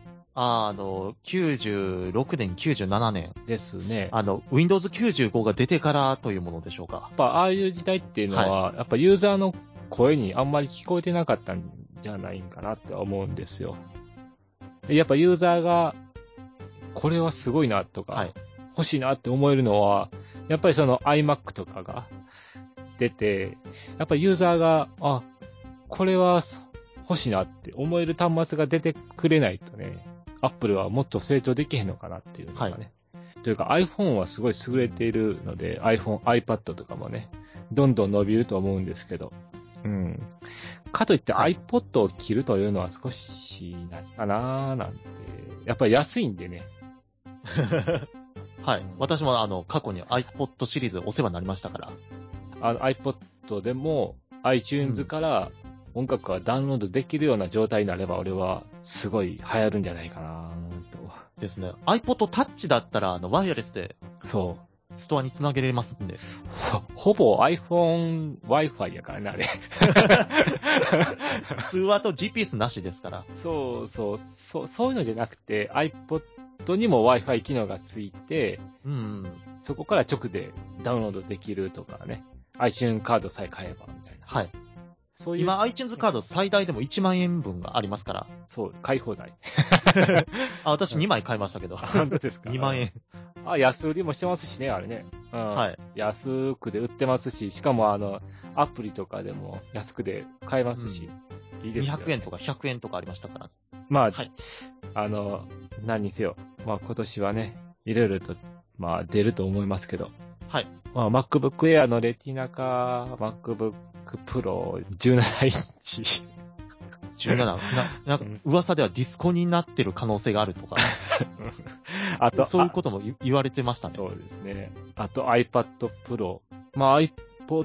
96年、97年。 ですね。 Windows 95が出てからというものでしょうか。 やっぱああいう時代っていうのは、やっぱユーザーの声にあんまり聞こえてなかったんじゃないんかなって思うんですよ。やっぱユーザーが、これはすごいなとか、欲しいなって思えるのは、やっぱりその iMac とかが出て、やっぱりユーザーが、これは欲しいなって思える端末が出てくれないとね、Apple はもっと成長できへんのかなっていうのがね。というか iPhone はすごい優れているので、iPad とかもね、どんどん伸びると思うんですけど、かといって iPod を切るというのは少しないかなーなんて、やっぱり安いんでね。 はい。私も過去に iPod シリーズお世話になりましたから。 iPod でも iTunes から音楽がダウンロードできるような状態になれば、俺はすごい流行るんじゃないかなと。 ですね。iPod Touch だったら、ワイヤレスで。 そう。 ストアにつなげれますんで。 ほぼ iPhone Wi-Fi やからね、あれ。 通話と GPS なしですから。 そういうのじゃなくて、iPod にも Wi-Fi 機能がついて、そこから直でダウンロードできるとかね。iTunes カードさえ買えば、みたいな。 はい。今 iTunes カード最大でも1万円分がありますから。 そう、買い放題。 私2枚買いましたけど。 本当ですか？ 2万円。 安売りもしてますしね、あれね。はい。安くで売ってますし、しかもアプリとかでも安くで買えますし、いいですよね。 200円とか100円とかありましたから。 まあ、 はい。 何にせよ、まあ今年はね、いろいろと、まあ出ると思いますけど、 はい。 まあ MacBook Air のレティナか、MacBook Pro 17インチ。 17。なんか、噂ではディスコになってる可能性があるとか、 あと、 そういうことも言われてましたね。 そうですね。あと iPad Pro。まあ iPod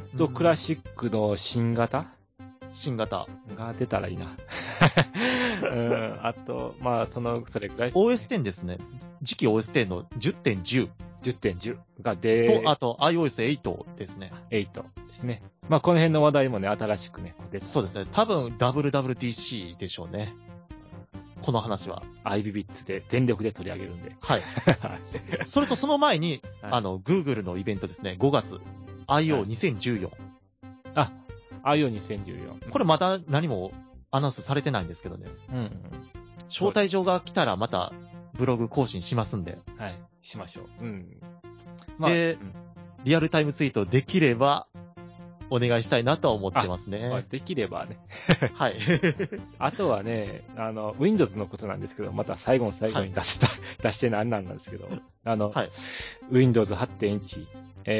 Classic の新型新型。 が出たらいいな。あと、まあそれぐらい。 OS10 ですね。次期 OS10 の 10.10 10.10がと、あと iOS8 ですね。 8ですね。まあこの辺の話題もね、新しくね、出た。 そうですね。多分 WWDC でしょうね。この話は。 IBBits で全力で取り上げるんで。 はい。それとその前に、 はい Google のイベントですね。5月。IO2014。 あ、IO2014。 これまだ何もアナウンスされてないんですけどね。 うん。 招待状が来たらまたブログ更新しますんで。 はい。しましょう。うん。 でうんリアルタイムツイートできれば、お願いしたいなとは思ってますまあね。 できればね。 はい。 あとはね、Windows のことなんですけど、また最後の最後に出してなんなんですけど、 はい。 Windows 8.1、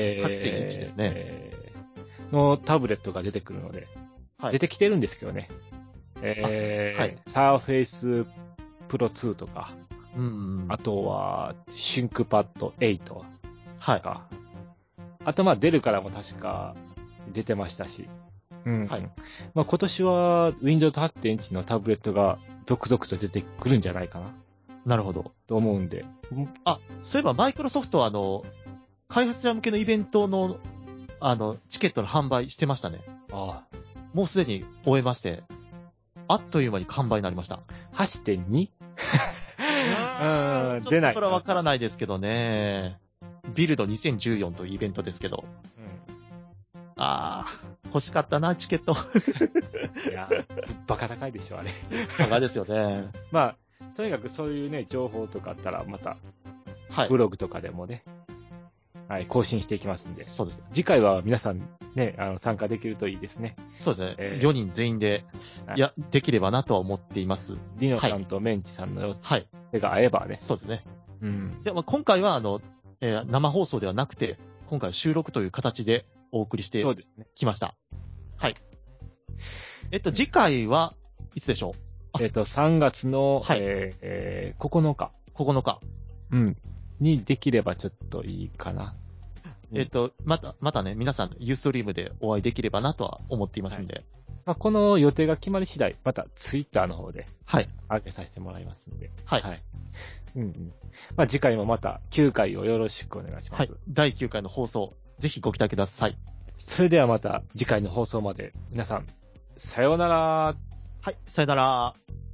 8.1ですねのタブレットが出てくるので、 はい。 出てきてるんですけどね。 はい Surface Pro 2とか、 うん。 あとは、ThinkPad 8とはい。 か、あとまあ出るからも確か出てましたし、うん。 はい。 まあ今年は Windows 8.1のタブレットが続々と出てくるんじゃないかななるほど。 と思うんで。 あ、そういえばマイクロソフトは開発者向けのイベントの、チケットの販売してましたね。 あもうすでに終えまして、あっという間に完売になりました。 あ、8.2? ちょっとそれはわからないですけどね。ビルド2014というイベントですけど。欲しかったな、チケット。 いや、バカ高いでしょ、あれ。 高いですよね。 まあ、とにかくそういうね、情報とかあったら、また、 はいブ。ログとかでもね、はい、更新していきますんで。 そうです。 次回は皆さんね、参加できるといいですね。 そうですね。 えー 4人全員で、 はいできればなとは思っています。 ディノさんとメンチさんのはい。 手が合えばね。 そうですね。 うん。 で、今回は、生放送ではなくて、今回収録という形でお送りしてそうですね。 きました。はい。次回はいつでしょう 3月の、 はい 9日。 ?9 日。 うん。にできればちょっといいかな。 またね、皆さん、ユーストリームでお会いできればなとは思っていますんで。 まあ、この予定が決まり次第、またツイッターの方ではい。 上げさせてもらいますんで。 はい。 はい。うんうん。まあ、次回もまた9回をよろしくお願いしまはいす。。 第9回の放送、ぜひご期待ください。 それではまた次回の放送まで皆さん、さようなら。 はい。さよなら。